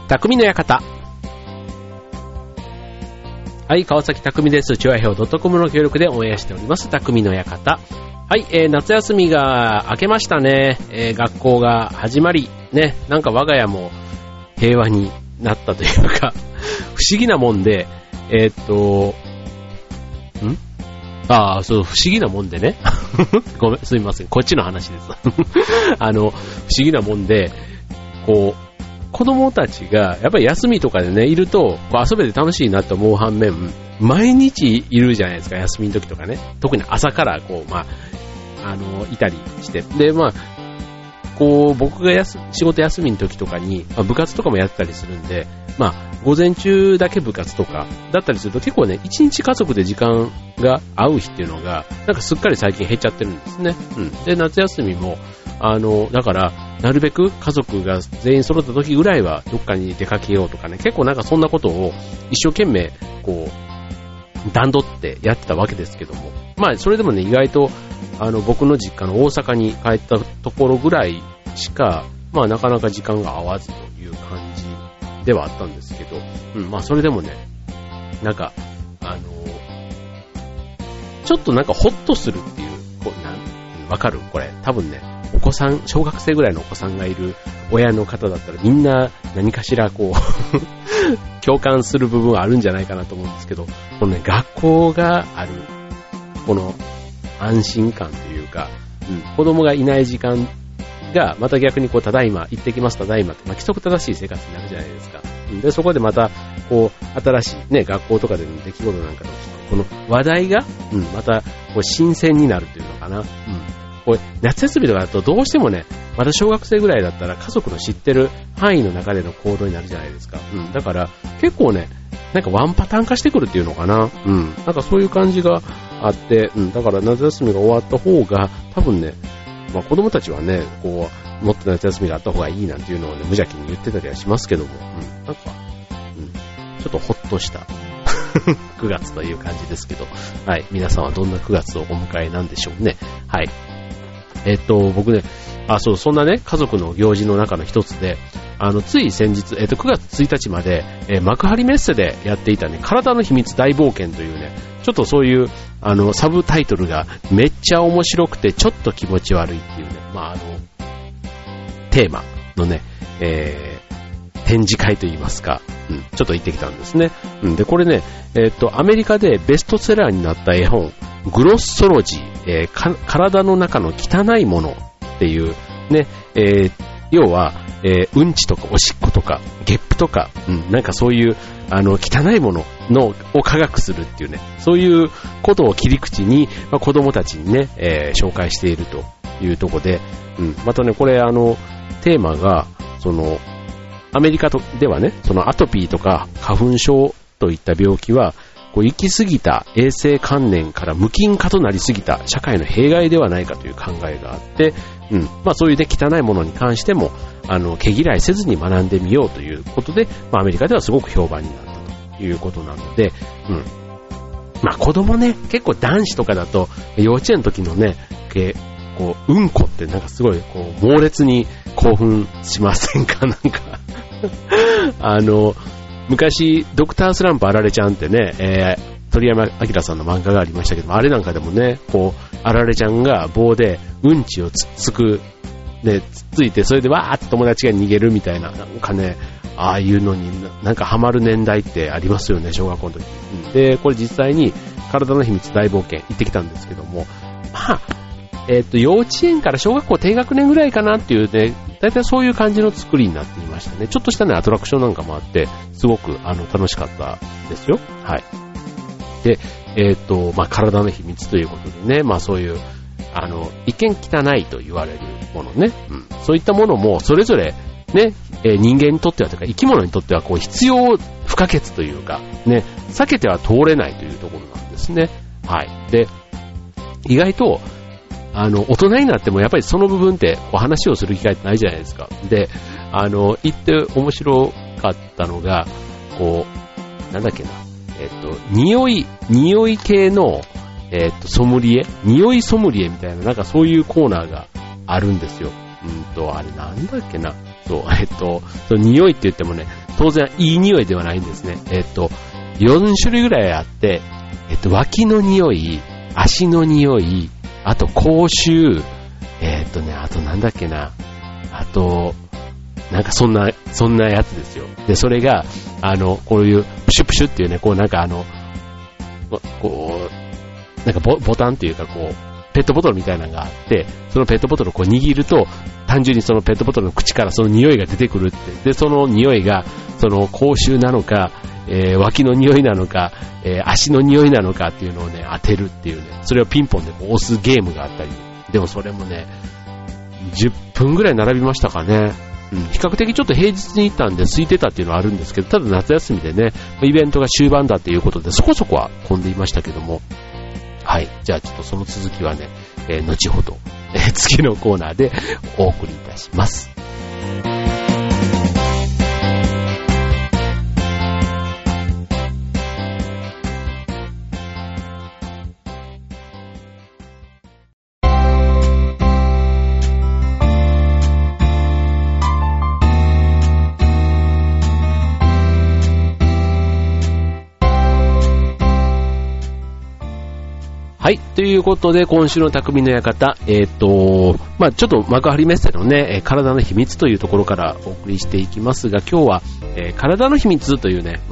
匠の館。はい、川崎匠です。チュアヘオ.comの協力でオンエアしております。匠の館。はい、夏休みが明けましたね。学校が始まり、ね、なんか我が家も平和になったというか、不思議なもんで、そう、不思議なもんでね。ごめん、すみません。こっちの話です。不思議なもんで、こう、子供たちが、やっぱり休みとかでね、いると、遊べて楽しいなと思う反面、毎日いるじゃないですか、休みの時とかね。特に朝から、いたりして。で、僕が仕事休みの時とかに、部活とかもやったりするんで、午前中だけ部活とかだったりすると結構ね、一日家族で時間が合う日っていうのが、なんかすっかり最近減っちゃってるんですね。で、夏休みも、だから、なるべく家族が全員揃った時ぐらいはどっかに出かけようとかね、結構なんかそんなことを一生懸命、段取ってやってたわけですけども。それでもね、意外と、僕の実家の大阪に帰ったところぐらいしか、なかなか時間が合わずという感じではあったんですけど、それでもね、なんか、ちょっとなんかホッとするっていう、わかる？これ、多分ね、お子さん、小学生ぐらいのお子さんがいる親の方だったらみんな何かしら共感する部分はあるんじゃないかなと思うんですけど、このね、学校がある、この安心感というか、子供がいない時間が、また逆にただいま、行ってきます、ただいまって、規則正しい生活になるじゃないですか。で、そこでまた、新しいね、学校とかでの出来事なんかの、この話題が、また、新鮮になるというのかな。夏休みとかだとどうしてもね、また小学生ぐらいだったら家族の知ってる範囲の中での行動になるじゃないですか。だから結構ね、なんかワンパターン化してくるっていうのかな。なんかそういう感じがあって、だから夏休みが終わった方が多分ね、子供たちはね、もっと夏休みがあった方がいいなんていうのをね、無邪気に言ってたりはしますけども、なんか、ちょっとほっとした9月という感じですけど、はい、皆さんはどんな9月をお迎えなんでしょうね。はい。僕ね、そんなね、家族の行事の中の一つで、つい先日、9月1日まで、幕張メッセでやっていたね、体の秘密大冒険というね、ちょっとそういう、サブタイトルがめっちゃ面白くて、ちょっと気持ち悪いっていうね、テーマのね、展示会といいますか、ちょっと行ってきたんですね。で、これね、アメリカでベストセラーになった絵本、グロッソロジー、体の中の汚いものっていうね、要は、うんちとかおしっことかゲップとか、なんかそういう汚いものを科学するっていうね、そういうことを切り口に、子供たちにね、紹介しているというところで、またね、これテーマがアメリカではね、そのアトピーとか花粉症といった病気は行き過ぎた衛生観念から無菌化となりすぎた社会の弊害ではないかという考えがあって、そういうね、汚いものに関しても毛嫌いせずに学んでみようということで、アメリカではすごく評判になったということなので、子供ね、結構男子とかだと幼稚園の時のね、うんこってなんかすごい猛烈に興奮しませんか？なんか昔ドクタースランプあられちゃんってね、鳥山明さんの漫画がありましたけども、あれなんかでもね、あられちゃんが棒でうんちをつっつく、ね、つっついて、それでわーって友達が逃げるみたいな、なんかね、ああいうのになんかハマる年代ってありますよね、小学校の時。で、これ実際に体の秘密大冒険行ってきたんですけども、幼稚園から小学校低学年ぐらいかなっていうね、だいたいそういう感じの作りになっていましたね。ちょっとしたね、アトラクションなんかもあって、すごく楽しかったですよ。はい。で、体の秘密ということでね、そういう、一見汚いと言われるものね、そういったものもそれぞれね、人間にとってはというか生き物にとっては必要不可欠というかね、避けては通れないというところなんですね。はい。で、意外と大人になってもやっぱりその部分って話をする機会ってないじゃないですか。で、言って面白かったのが、なんだっけな、匂い系の、ソムリエ、匂いソムリエみたいな、なんかそういうコーナーがあるんですよ。あれなんだっけな、 そう、その匂いって言ってもね、当然いい匂いではないんですね。4種類ぐらいあって、脇の匂い、足の匂い、あと口臭、あとなんだっけな、あと、なんかそんなやつですよ。で、それが、こういう、プシュプシュっていうね、こうなんかこう、なんかボタンっていうかこう、ペットボトルみたいなのがあって、そのペットボトルをこう握ると、単純にそのペットボトルの口からその匂いが出てくるって。で、その匂いが、その口臭なのか、脇の匂いなのか、足の匂いなのかっていうのをね、当てるっていうね、それをピンポンでこう押すゲームがあったり。でもそれもね、10分ぐらい並びましたかね。比較的ちょっと平日に行ったんで空いてたっていうのはあるんですけど、ただ夏休みでね、イベントが終盤だっていうことでそこそこは混んでいましたけども、はい。じゃあちょっとその続きはね、後ほど、次のコーナーでお送りいたします。はい。ということで、今週の匠の館、ちょっと幕張メッセのね、体の秘密というところからお送りしていきますが、今日は、体の秘密というね、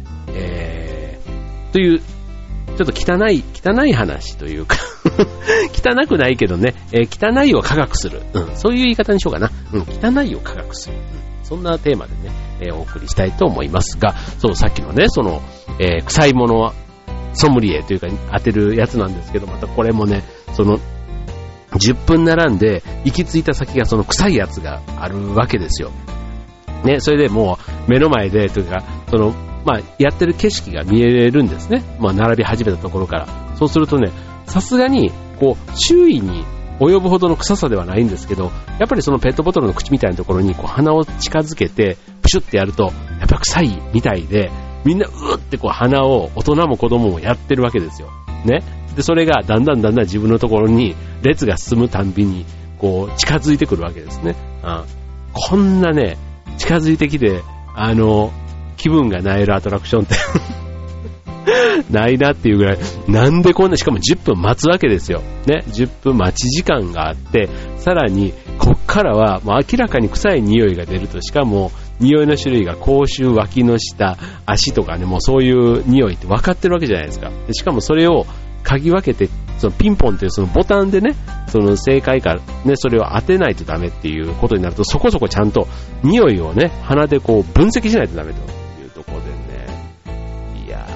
という、ちょっと汚い話というか、汚くないけどね、汚いを科学する。そういう言い方にしようかな。汚いを科学する。そんなテーマでね、お送りしたいと思いますが、そう、さっきのね、その、臭いものソムリエというか当てるやつなんですけど、またこれもね、その10分並んで行き着いた先がその臭いやつがあるわけですよ。ね、それでもう目の前でというか、そのやってる景色が見えるんですね。並び始めたところから。そうするとね、さすがにこう周囲に及ぶほどの臭さではないんですけど、やっぱりそのペットボトルの口みたいなところにこう鼻を近づけてプシュってやるとやっぱ臭いみたいで。みんなうーってこう鼻を大人も子供もやってるわけですよ。ね。で、それがだんだん自分のところに列が進むたんびにこう近づいてくるわけですね。こんなね、近づいてきて、気分が萎えるアトラクションってないなっていうぐらい、なんでこんな、しかも10分待つわけですよ。ね。10分待ち時間があって、さらにこっからはもう明らかに臭い匂いが出ると、しかも匂いの種類が口臭、脇の下、足とかね、もうそういう匂いって分かってるわけじゃないですか。でしかもそれを嗅ぎ分けて、そのピンポンというそのボタンでね、その正解かね、それを当てないとダメっていうことになると、そこそこちゃんと匂いをね、鼻でこう分析しないとダメというところでね、いや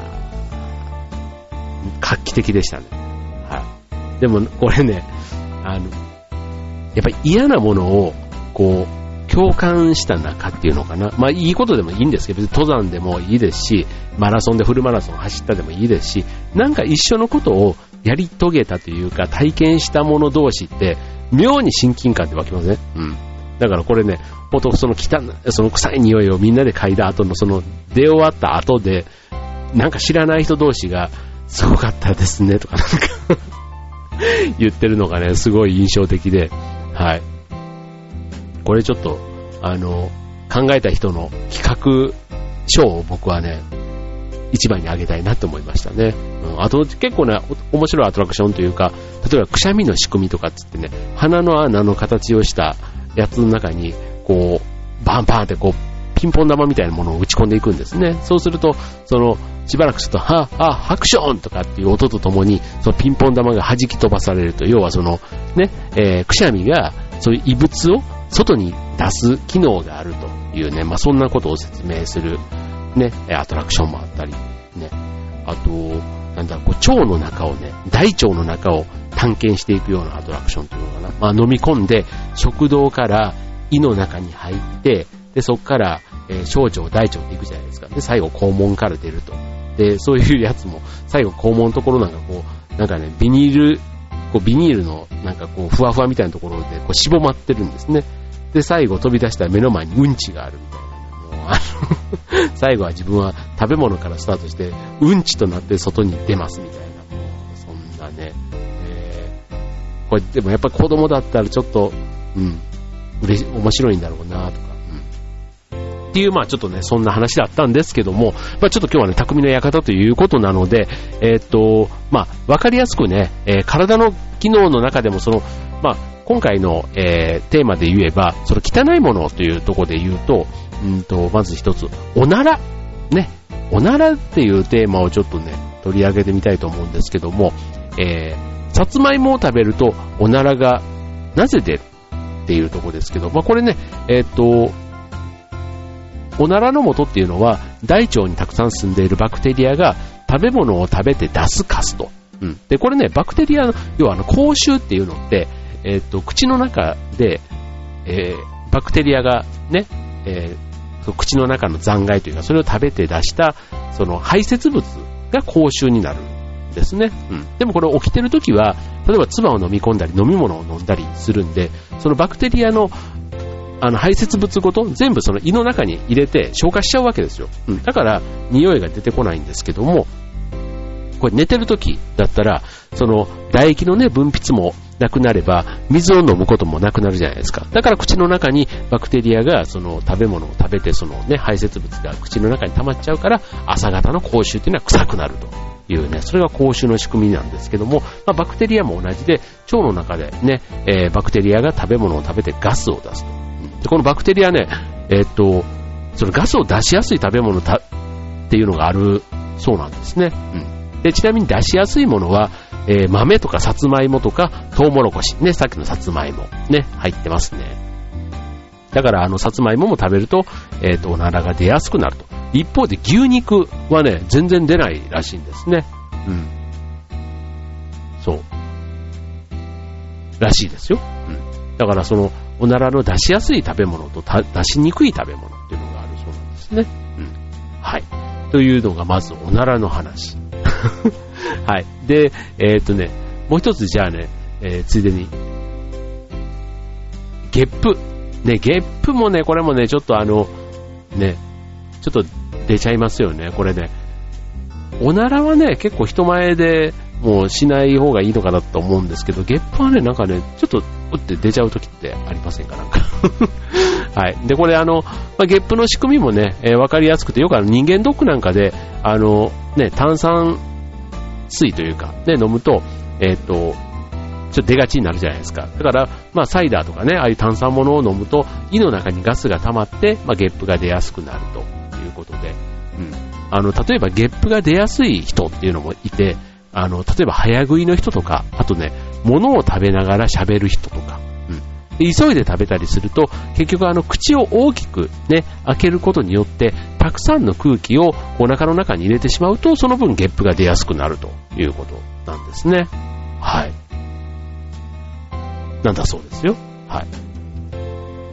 ー、画期的でしたね。はい。でもこれね、やっぱり嫌なものをこう共感した中っていうのかな。いいことでもいいんですけど、登山でもいいですし、マラソンでフルマラソン走ったでもいいですし、なんか一緒のことをやり遂げたというか、体験した者同士って、妙に親近感って湧きますね。だからこれね、ほんとその臭い匂いをみんなで嗅いだ後のその出終わった後で、なんか知らない人同士が、すごかったですね、とかなんか言ってるのがね、すごい印象的で、はい。これちょっと考えた人の企画書を僕はね一番に挙げたいなと思いましたね。あと結構ね面白いアトラクションというか、例えばくしゃみの仕組みとかって言ってね、鼻の穴の形をしたやつの中にこうバンバンってこうピンポン玉みたいなものを打ち込んでいくんですね。そうするとそのしばらくするとハクションとかっていう音とともにそのピンポン玉が弾き飛ばされると、要はそのね、くしゃみがそういう異物を外に出す機能があるというね、そんなことを説明するね、アトラクションもあったりね。あとこう腸の中をね、大腸の中を探検していくようなアトラクションというのかな。飲み込んで食道から胃の中に入って、でそこから、小腸大腸っていくじゃないですか。で最後肛門から出ると。でそういうやつも最後肛門のところなんかこうなんかねビニールのなんかこうふわふわみたいなところでこうしぼまってるんですね。で最後飛び出したら目の前にうんちがあるみたいな、もう最後は自分は食べ物からスタートしてうんちとなって外に出ますみたいな、もうそんなね、これでもやっぱり子供だったらちょっと面白いんだろうなとか、 っていう、まあちょっとね、そんな話だったんですけども、まあちょっと今日はね、匠の館ということなので、まあわかりやすくね、体の機能の中でもまあ今回の、テーマで言えば、汚いものというところで言うと、まず一つ、おなら。ね。おならっていうテーマをちょっとね、取り上げてみたいと思うんですけども、さつまいもを食べるとおならがなぜ出るっていうところですけど、まあこれね、おならの元っていうのは大腸にたくさん住んでいるバクテリアが食べ物を食べて出すカスと。で、これね、バクテリアの、要は口臭っていうのって、口の中で、バクテリアがね、口の中の残骸というか、それを食べて出した、その排泄物が口臭になるんですね。でもこれ起きてるときは、例えば唾を飲み込んだり飲み物を飲んだりするんで、そのバクテリアの排泄物ごと全部その胃の中に入れて消化しちゃうわけですよ。だから匂いが出てこないんですけども、これ寝てる時だったらその唾液のね分泌もなくなれば水を飲むこともなくなるじゃないですか。だから口の中にバクテリアがその食べ物を食べてそのね排泄物が口の中に溜まっちゃうから朝方の口臭っていうのは臭くなるというね、それが口臭の仕組みなんですけども、まあ、バクテリアも同じで腸の中でね、バクテリアが食べ物を食べてガスを出すと。でこのバクテリアね、そのガスを出しやすい食べ物っていうのがあるそうなんですね。でちなみに出しやすいものは、豆とかさつまいもとかトウモロコシね、さっきのさつまいもね入ってますね。だからさつまいもも食べると、おならが出やすくなると。一方で牛肉はね全然出ないらしいんですね。そうらしいですよ。だからそのおならの出しやすい食べ物と出しにくい食べ物っていうのがあるそうなんですね。はい。というのがまずおならの話。はい。で、もう一つじゃあね、ついでに、ゲップ。ね、ゲップもね、これもね、ちょっとね、ちょっと出ちゃいますよね、これね。おならはね、結構人前でもうしない方がいいのかなと思うんですけど、ゲップはね、なんかね、ちょっと、って出ちゃう時ってありませんかなんか。はい。で、これまあ、ゲップの仕組みもね、わかりやすくて、よく人間ドックなんかで、ね、炭酸水というか、ね、飲むと、ちょっと出がちになるじゃないですか。だから、まあ、サイダーとかね、ああいう炭酸物を飲むと、胃の中にガスが溜まって、まあ、ゲップが出やすくなるということで、例えばゲップが出やすい人っていうのもいて、例えば早食いの人とか、あとね、物を食べながら喋る人とか、で急いで食べたりすると、結局口を大きくね、開けることによって、たくさんの空気をお腹の中に入れてしまうと、その分ゲップが出やすくなるということなんですね。はい。なんだそうですよ。はい。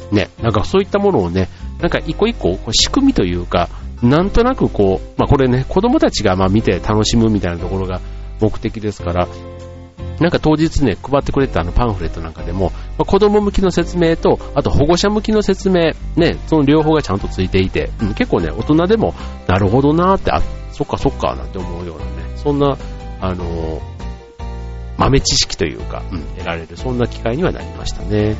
ね、なんかそういったものをね、なんか一個一個仕組みというか、なんとなくまあこれね、子供たちが見て楽しむみたいなところが目的ですから、なんか当日ね、配ってくれたパンフレットなんかでも、まあ、子供向きの説明と、あと保護者向きの説明、ね、その両方がちゃんとついていて、結構ね、大人でも、なるほどなーって、そっかそっかなんて思うようなね、そんな、豆知識というか、得られる、そんな機会にはなりましたね。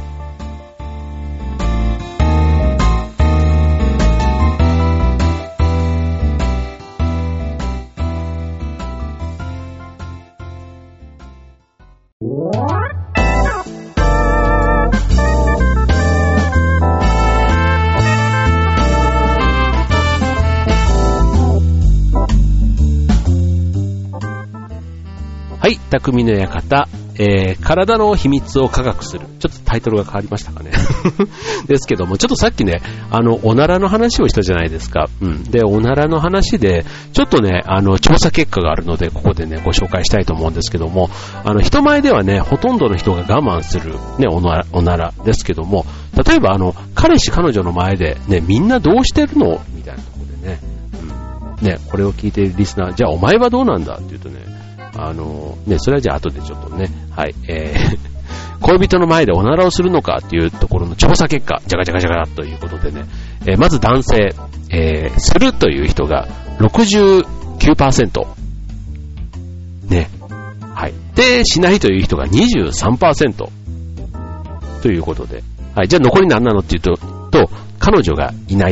はい、匠の館、体の秘密を科学する。ちょっとタイトルが変わりましたかね。ですけども、ちょっとさっきね、おならの話をしたじゃないですか。で、おならの話で、ちょっとね、調査結果があるので、ここでね、ご紹介したいと思うんですけども、人前ではね、ほとんどの人が我慢する、ね、おならですけども、例えば彼氏彼女の前で、ね、みんなどうしてるのみたいなところでね、ね、これを聞いているリスナー、じゃあお前はどうなんだって言うとね、ね、それはじゃあ後でちょっとね、はい、恋人の前でおならをするのかっていうところの調査結果、じゃがじゃがじゃがということでね、まず男性、するという人が 69%。ね。はい。で、しないという人が 23%。ということで。はい。じゃあ残り何なのっていうと、彼女がいないと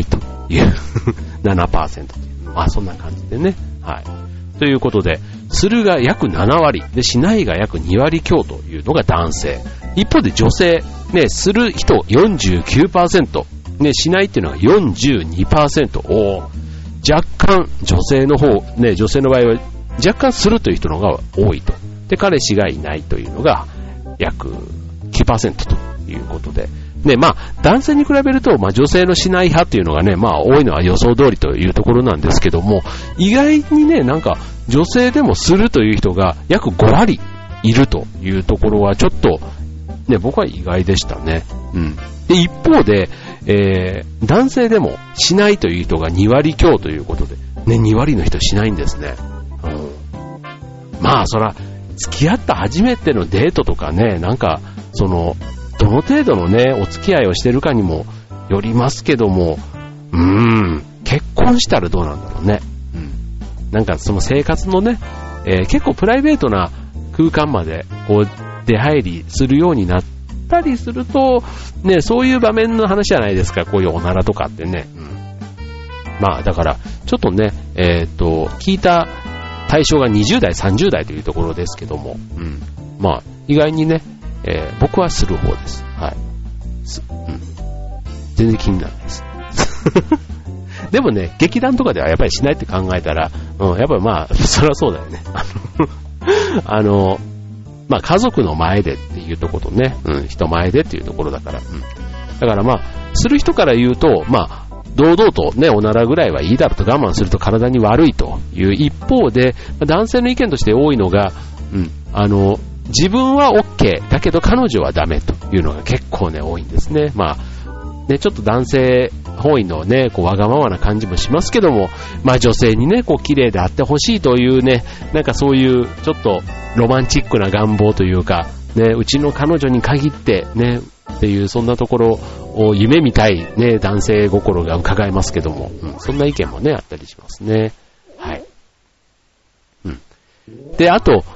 いう、7%。まあそんな感じでね。はい。ということで、するが約7割、で、しないが約2割強というのが男性。一方で女性、ね、する人 49%、ね、しないっていうのが 42%。若干女性の方、ね、女性の場合は若干するという人の方が多いと。で、彼氏がいないというのが約 9% ということで。ね、まあ、男性に比べると、まあ、女性のしない派っていうのがね、まあ、多いのは予想通りというところなんですけども、意外にね、なんか、女性でもするという人が約5割いるというところは、ちょっと、ね、僕は意外でしたね。うん。で、一方で、男性でもしないという人が2割強ということで、ね、2割の人しないんですね。うん。まあ、そら、付き合った初めてのデートとかね、なんか、その、どの程度のね、お付き合いをしてるかにもよりますけども、結婚したらどうなんだろうね。うん。なんかその生活のね、結構プライベートな空間までこう出入りするようになったりすると、ね、そういう場面の話じゃないですか、こういうおならとかってね。うん。まあだから、ちょっとね、聞いた対象が20代、30代というところですけども、うん。まあ、意外にね、僕はする方です。はい。全然気にならないです。でもね、劇団とかではやっぱりしないって考えたら、やっぱりまあ、そりゃそうだよね。まあ家族の前でっていうところとね、人前でっていうところだから、だからまあ、する人から言うと、まあ、堂々とね、おならぐらいはいいだろうと我慢すると体に悪いという一方で、男性の意見として多いのが、自分は OK だけど彼女はダメというのが結構ね多いんですね。まあね、ちょっと男性本位のねこうわがままな感じもしますけども、まあ女性にねこう綺麗であってほしいというね、なんかそういうちょっとロマンチックな願望というかね、うちの彼女に限ってねっていうそんなところを夢見たいね男性心が伺えますけども、そんな意見もねあったりしますね。はい。で、あと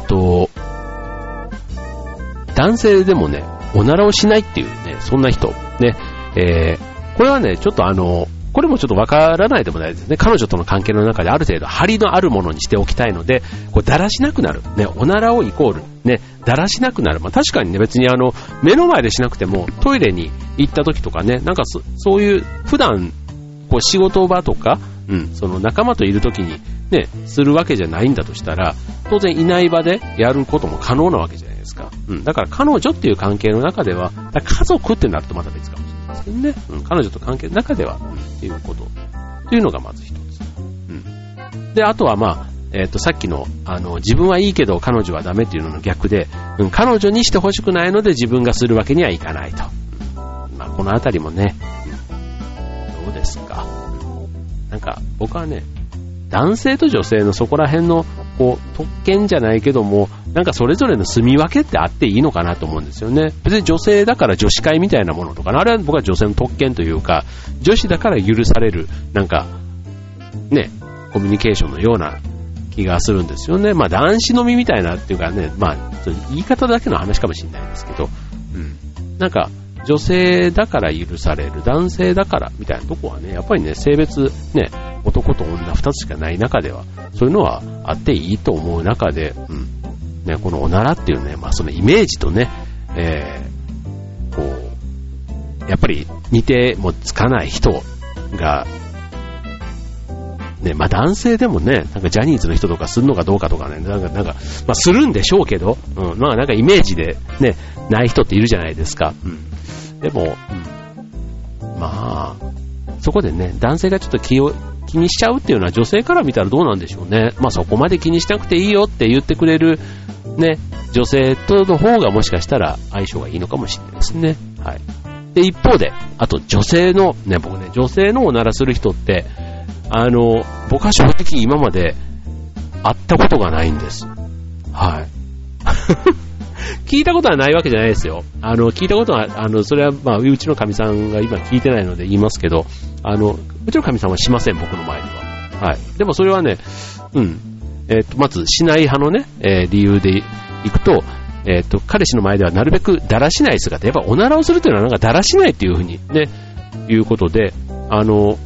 男性でもね、おならをしないっていうね、そんな人。ね、これはね、ちょっとこれもちょっとわからないでもないですね。彼女との関係の中である程度張りのあるものにしておきたいので、こうだらしなくなる。ね、おならをイコール、ね、だらしなくなる。まあ確かにね、別に目の前でしなくても、トイレに行った時とかね、なんかそういう、普段、こう仕事場とか、その仲間といる時に、ね、するわけじゃないんだとしたら、当然いない場でやることも可能なわけじゃないですか。だから彼女っていう関係の中では、家族ってなるとまた別かもしれないですけどね。彼女と関係の中では、っていうこと。というのがまず一つ。で、あとはまあ、さっきの、自分はいいけど彼女はダメっていうのの逆で、彼女にしてほしくないので自分がするわけにはいかないと。まあ、このあたりもね、どうですか。なんか、僕はね、男性と女性のそこら辺のこう特権じゃないけども、なんかそれぞれの住み分けってあっていいのかなと思うんですよね。別に女性だから女子会みたいなものとか、あれは僕は女性の特権というか、女子だから許されるなんかねコミュニケーションのような気がするんですよね。まあ男子飲みみたいなっていうかね、まあ言い方だけの話かもしれないですけど、なんか女性だから許される、男性だからみたいなとこはね、やっぱりね、性別ね、男と女2つしかない中では、そういうのはあっていいと思う中で、ね、このおならっていうね、まあそのイメージとね、こう、やっぱり似てもつかない人が、ね、まあ男性でもね、なんかジャニーズの人とかするのかどうかとかね、なんか、まあするんでしょうけど、まあなんかイメージでね、ない人っているじゃないですか。でも、まあ、そこでね、男性がちょっと気にしちゃうっていうのは女性から見たらどうなんでしょうね。まあそこまで気にしなくていいよって言ってくれるね、女性との方がもしかしたら相性がいいのかもしれないですね。はい。で、一方で、あと女性の、ね、僕ね、女性のおならする人って、僕は正直今まで会ったことがないんです。はい。聞いたことはないわけじゃないですよ。聞いたことは、それは、まあ、うちの神さんが今聞いてないので言いますけど、うちの神さんはしません、僕の前では。はい。でもそれはね、まず、しない派のね、理由でいくと、彼氏の前ではなるべくだらしない姿、やっぱおならをするというのはなんかだらしないっていうふうにね、いうことで、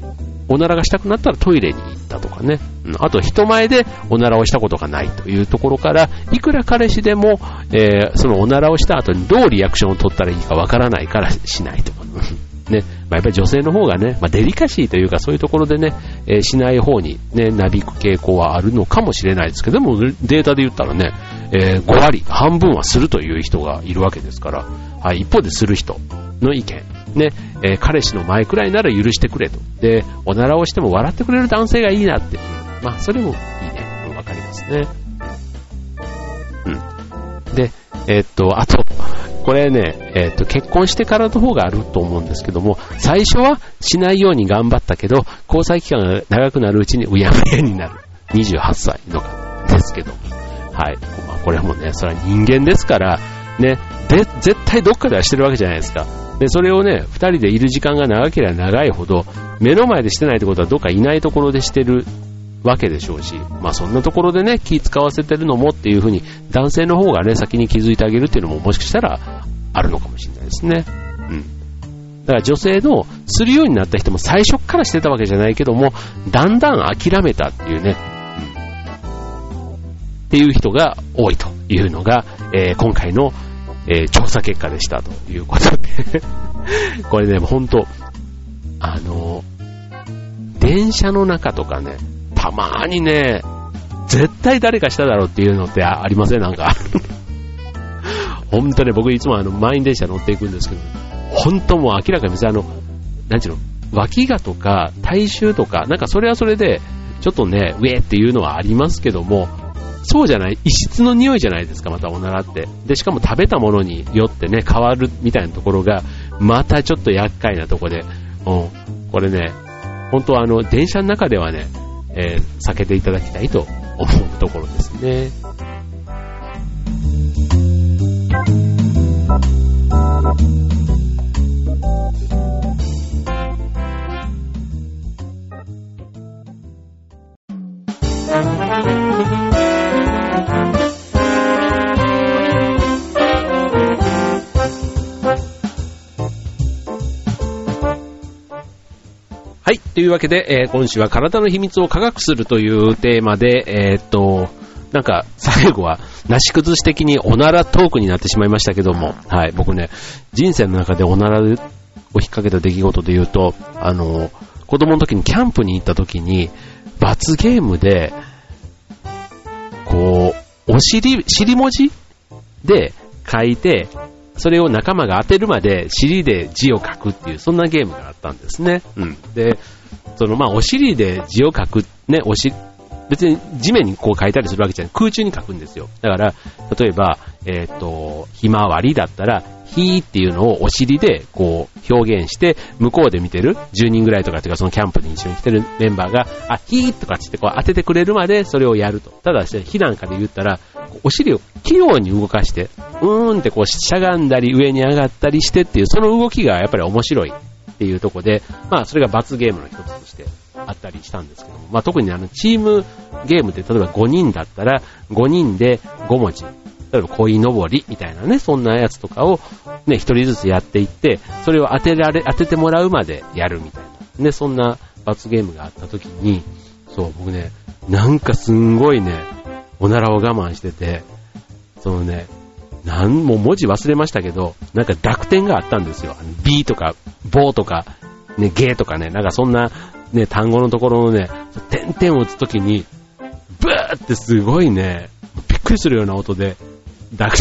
おならがしたくなったらトイレに行ったとかね、あと人前でおならをしたことがないというところから、いくら彼氏でも、そのおならをした後にどうリアクションを取ったらいいかわからないからしないとかね、やっぱり女性の方がね、デリカシーというかそういうところでね、しない方にね、なびく傾向はあるのかもしれないですけども、データで言ったらね、5割、半分はするという人がいるわけですから、はい、一方でする人の意見、ね、彼氏の前くらいなら許してくれと。で、おならをしても笑ってくれる男性がいいなって。それもいいね。わかりますね。で、あと、これね、結婚してからの方があると思うんですけども、最初はしないように頑張ったけど、交際期間が長くなるうちにうやむやになる。28歳の方ですけど。はい。これもね、それは人間ですから、ね、絶対どっかではしてるわけじゃないですか。で、それをね、二人でいる時間が長ければ長いほど、目の前でしてないってことはどっかいないところでしてるわけでしょうし、そんなところでね、気使わせてるのもっていうふうに、男性の方がね、先に気づいてあげるっていうのももしかしたらあるのかもしれないですね。だから女性のするようになった人も最初からしてたわけじゃないけども、だんだん諦めたっていうね、っていう人が多いというのが、今回の、調査結果でしたということでこれね、ほんと電車の中とかね、たまーにね、絶対誰かしただろうっていうのってありません？なんかほんとね、僕いつも満員電車乗っていくんですけど、ほんともう明らかに別になんちゅうの、脇がとか体臭とか、なんかそれはそれでちょっとね、ウェーっていうのはありますけども、そうじゃない、異質の匂いじゃないですか、またおならって。で、しかも食べたものによってね、変わるみたいなところが、またちょっと厄介なとこで、これね、本当電車の中ではね、避けていただきたいと思うところですね。はい。というわけで、今週は体の秘密を科学するというテーマで、なんか最後はなし崩し的におならトークになってしまいましたけども、はい。僕ね、人生の中でおならを引っ掛けた出来事で言うと、子供の時にキャンプに行った時に、罰ゲームで、尻文字で書いて、それを仲間が当てるまで尻で字を書くっていう、そんなゲームがあったんですね。で、お尻で字を書く、ね、別に地面にこう書いたりするわけじゃない、空中に書くんですよ。だから、例えば、ひまわりだったら、ひーっていうのをお尻でこう表現して、向こうで見てる10人ぐらいとかっていうか、そのキャンプに一緒に来てるメンバーが、ひーとかってこう当ててくれるまでそれをやると。ただし、ひなんかで言ったら、お尻を器用に動かして、ってこうしゃがんだり上に上がったりしてっていう、その動きがやっぱり面白いっていうところで、それが罰ゲームの一つとしてあったりしたんですけども、特にチームゲームで例えば5人だったら、5人で5文字。例えば鯉のぼりみたいなね、そんなやつとかをね、一人ずつやっていって、それを当ててもらうまでやるみたいな。ね、そんな罰ゲームがあった時に、僕ね、なんかすんごいね、おならを我慢してて、もう文字忘れましたけど、なんか濁点があったんですよ。B とか、ボとか、ね、ゲーとかね、なんかそんな、ね、単語のところのね、点々を打つときに、ブーってすごいね、びっくりするような音で、濁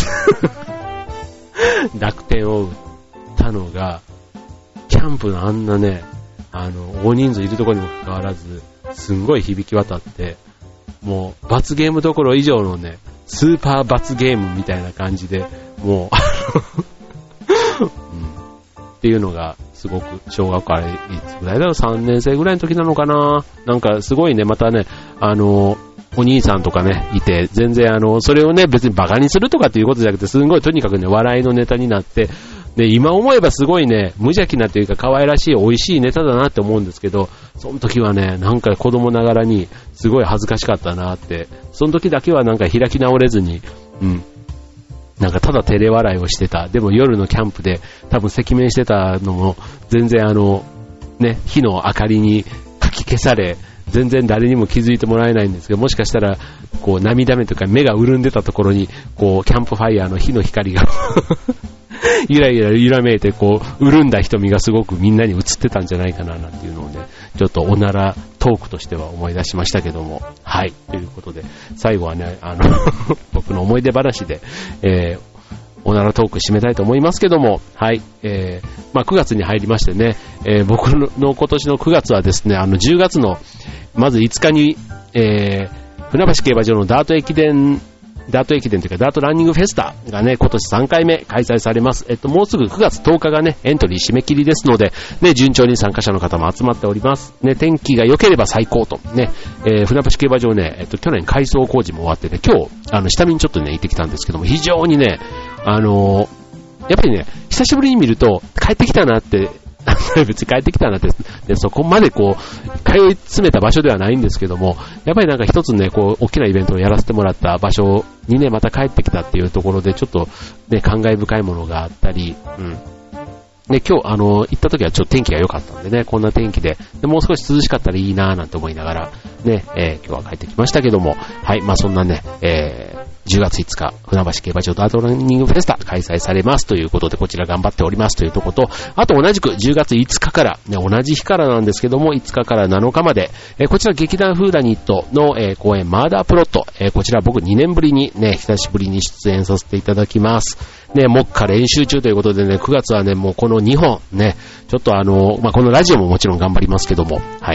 点を打ったのが、キャンプのあんなね、大人数いるところにもかかわらず、すんごい響き渡って、もう、罰ゲームどころ以上のね、スーパー罰ゲームみたいな感じで、もう、っていうのが、すごく、小学校あれ、いつぐらいだろう、3年生ぐらいの時なのかな。なんか、すごいね、またね、お兄さんとかね、いて、全然それをね、別にバカにするとかっていうことじゃなくて、すごいとにかくね、笑いのネタになって、で、今思えばすごいね、無邪気なというか可愛らしい美味しいネタだなって思うんですけど、その時はね、なんか子供ながらにすごい恥ずかしかったなって、その時だけはなんか開き直れずに、なんかただ照れ笑いをしてた。でも夜のキャンプで多分赤面してたのも全然ね、火の明かりにかき消され、全然誰にも気づいてもらえないんですけど、もしかしたら、こう涙目とか目が潤んでたところに、こうキャンプファイヤーの火の光がゆらゆら揺らめいて、こう潤んだ瞳がすごくみんなに映ってたんじゃないかななんていうのをね、ちょっとおならトークとしては思い出しましたけども、はい、ということで最後はね、僕の思い出話で、おならトーク締めたいと思いますけども、はい、9月に入りましてね、僕の今年の9月はですね、10月のまず5日に、船橋競馬場のダート駅伝というかダートランニングフェスタがね、今年3回目開催されます。もうすぐ9月10日がね、エントリー締め切りですので、ね、順調に参加者の方も集まっております。ね、天気が良ければ最高と。ね、船橋競馬場ね、去年改装工事も終わってね、今日、下見にちょっとね、行ってきたんですけども、非常にね、やっぱりね、久しぶりに見ると、帰ってきたなって、別に帰ってきたなって、でそこまでこう、通い詰めた場所ではないんですけども、やっぱりなんか一つね、こう、大きなイベントをやらせてもらった場所にね、また帰ってきたっていうところで、ちょっとね、感慨深いものがあったり、うん。で、今日、行った時はちょっと天気が良かったんでね、こんな天気で、もう少し涼しかったらいいなぁなんて思いながら、ね、今日は帰ってきましたけども、はい、そんなね、10月5日、船橋競馬場ダートランニングフェスタ開催されますということで、こちら頑張っておりますというところと、あと同じく10月5日から、ね、同じ日からなんですけども、5日から7日まで、こちら劇団フーダニットの、公演マーダープロット、こちら僕2年ぶりにね、久しぶりに出演させていただきます。ね、目下練習中ということでね、9月はね、もうこの2本、ね、ちょっとこのラジオももちろん頑張りますけども、はい。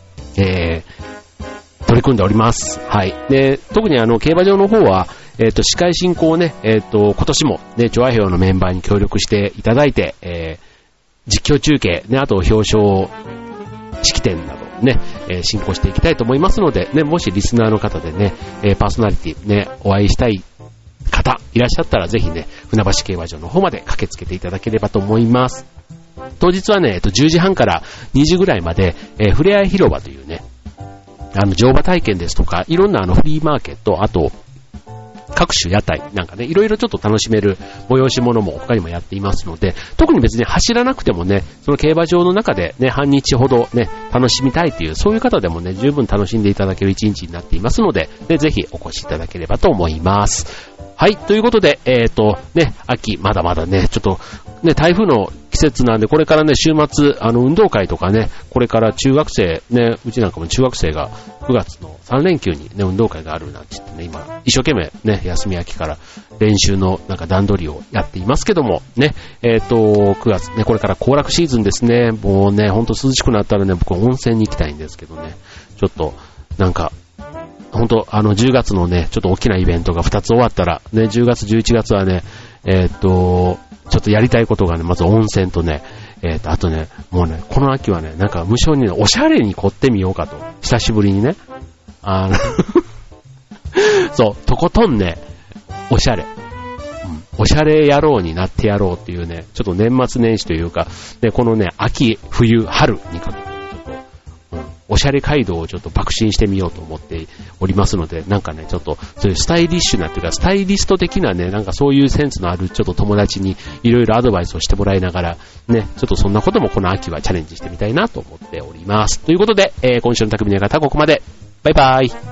取り組んでおります。はい。で、特に競馬場の方は、司会進行をね、今年もね、チョアヘオのメンバーに協力していただいて、実況中継、ね、あと表彰式典などね、進行していきたいと思いますので、ね、もしリスナーの方でね、パーソナリティね、お会いしたい方いらっしゃったらぜひね、船橋競馬場の方まで駆けつけていただければと思います。当日はね、10時半から2時ぐらいまで、ふれあい広場というね、乗馬体験ですとか、いろんなフリーマーケット、あと、各種屋台なんかね、いろいろちょっと楽しめる催し物も他にもやっていますので、特に別に走らなくてもね、その競馬場の中でね、半日ほどね、楽しみたいという、そういう方でもね、十分楽しんでいただける一日になっていますので、ね、ぜひお越しいただければと思います。はい、ということで、ね、秋、まだまだね、ちょっと、ね、台風の季節なんで、これからね、週末、運動会とかね、これから中学生、ね、うちなんかも中学生が9月の3連休にね、運動会があるなんて言ってね、今、一生懸命ね、休み明けから練習のなんか段取りをやっていますけども、ね、9月ね、これから行楽シーズンですね、もうね、ほんと涼しくなったらね、僕温泉に行きたいんですけどね、ちょっと、なんか、本当10月のね、ちょっと大きなイベントが2つ終わったら、ね、10月、11月はね、ちょっとやりたいことがね、まず温泉とね、あとね、もうね、この秋はね、なんか無性にね、おしゃれに凝ってみようかと。久しぶりにね。そう、とことんね、おしゃれ。おしゃれ野郎になってやろうっていうね、ちょっと年末年始というか、ね、このね、秋、冬、春にかけて、おしゃれ街道をちょっと爆心してみようと思っておりますので、なんかね、ちょっとそういうスタイリッシュなっていうか、スタイリスト的なね、なんかそういうセンスのあるちょっと友達にいろいろアドバイスをしてもらいながら、ね、ちょっとそんなこともこの秋はチャレンジしてみたいなと思っております。ということで、今週の匠の館ここまで。バイバイ。